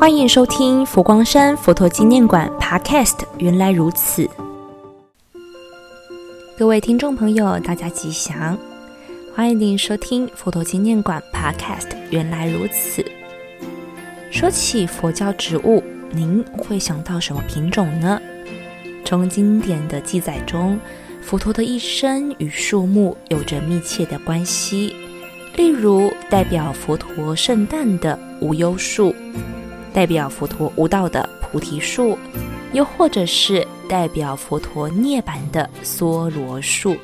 欢迎收听佛光山佛陀纪念馆 Podcast 原来如此。各位听众朋友大家吉祥，欢迎您收听佛陀纪念馆 Podcast 原来如此。说起佛教植物，您会想到什么品种呢？从经典的记载中，佛陀的一生与树木有着密切的关系，例如代表佛陀圣诞的无忧树，代表佛陀悟道的菩提树，又或者是代表佛陀涅槃的梭罗树。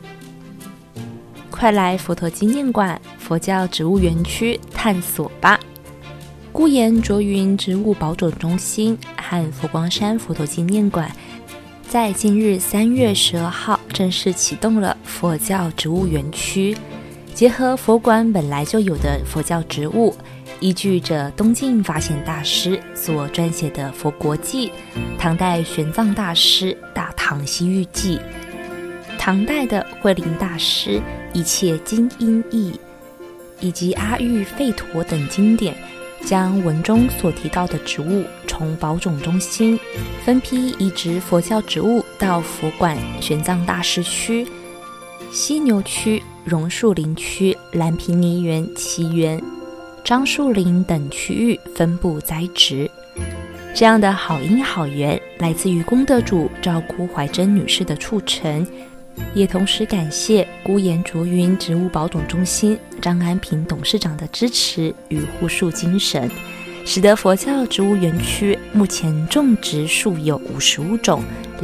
快来佛陀纪念馆佛教植物园区探索吧！孤岩卓云植物保种中心和佛光山佛陀纪念馆在今日3月12号正式启动了佛教植物园区，结合佛馆本来就有的佛教植物，依据着东晋法显大师所撰写的《佛国记》，唐代玄奘大师《大唐西域记》，唐代的慧林大师《一切经音义》，以及阿育吠陀等经典，将文中所提到的植物从保种中心分批移植佛教植物到佛馆玄奘大师区、犀牛区、榕树林区、蓝毗尼园、奇园、樟树林等区域分布栽植。这样的好因好缘来自于功德主赵辜怀珍女士的促成，也同时感谢孤岩卓云植物保种中心张安平董事长的支持与护树精神，使得佛教植物园区目前种植树有55种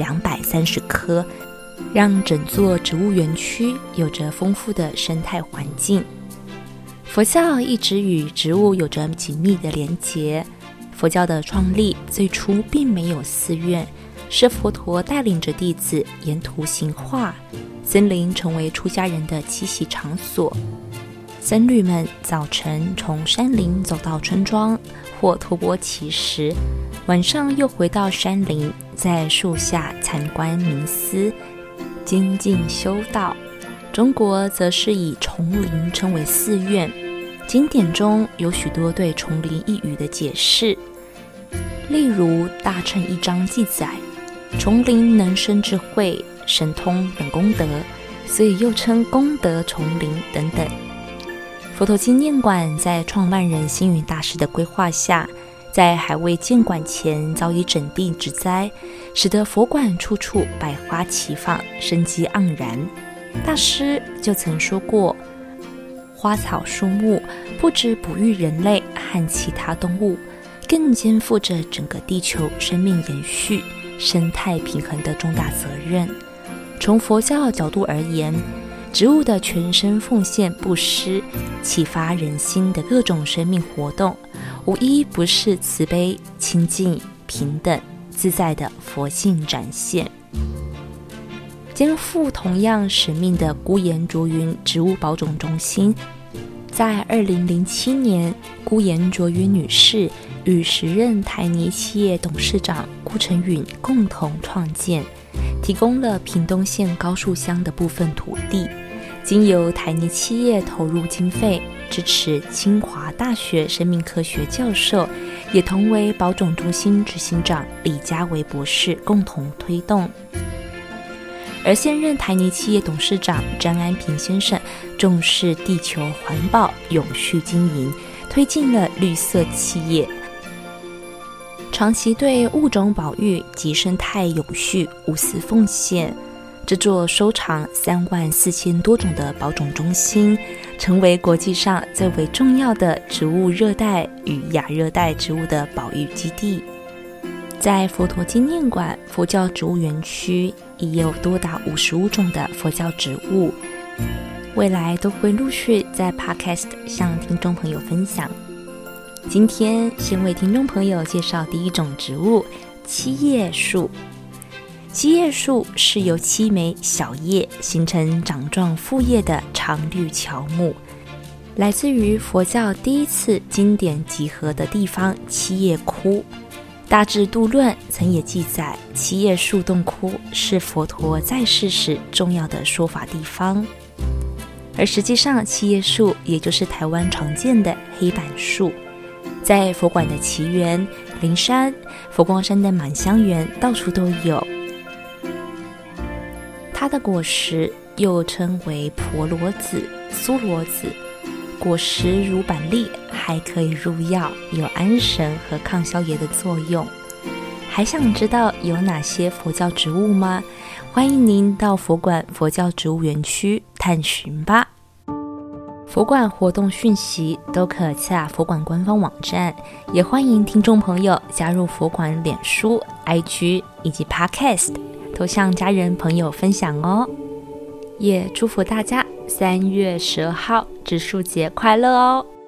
230棵，让整座植物园区有着丰富的生态环境。佛教一直与植物有着紧密的连结，佛教的创立最初并没有寺院，是佛陀带领着弟子沿途行化，森林成为出家人的栖息场所。僧侣们早晨从山林走到村庄或托钵乞食，晚上又回到山林，在树下参观冥思，精进修道。中国则是以丛林称为寺院，经典中有许多对丛林一语的解释，例如大乘一章记载，丛林能生智慧、神通等功德，所以又称功德丛林等等。佛陀纪念馆在创办人星云大师的规划下，在还未建馆前早已整地植栽，使得佛馆处处百花齐放，生机盎然。大师就曾说过，花草树木不只哺育人类和其他动物，更肩负着整个地球生命延续、生态平衡的重大责任。从佛教角度而言，植物的全身奉献布施，启发人心的各种生命活动，无一不是慈悲、清净、平等、自在的佛性展现。肩负同样使命的孤岩卓云植物保种中心，在2007年，孤岩卓云女士与时任台泥企业董事长顾成允共同创建，提供了屏东县高树乡的部分土地，经由台泥企业投入经费，支持清华大学生命科学教授，也同为保种中心执行长李家维博士共同推动。而现任台泥企业董事长张安平先生重视地球环保永续经营，推进了绿色企业，长期对物种保育及生态永续无私奉献。这座收藏34000多种的保种中心，成为国际上最为重要的植物热带与亚热带植物的保育基地。在佛陀纪念馆佛教植物园区，已有多达55种的佛教植物，未来都会陆续在 Podcast 向听众朋友分享。今天先为听众朋友介绍第一种植物——七叶树。七叶树是由7枚小叶形成长状复叶的常绿乔木，来自于佛教第一次经典集合的地方七叶窟。大智度论曾也记载，七叶树洞窟是佛陀在世时重要的说法地方。而实际上，七叶树也就是台湾常见的黑板树， 在佛馆的奇园、灵山、佛光山的满香园到处都有。它的果实又称为婆罗子、苏罗子，果实如板栗，还可以入药，有安神和抗消炎的作用。还想知道有哪些佛教植物吗？欢迎您到佛馆佛教植物园区探寻吧。佛馆活动讯息都可洽佛馆官方网站，也欢迎听众朋友加入佛馆脸书、IG 以及 Podcast， 都向家人朋友分享哦。也祝福大家3月12号植树节快乐哦！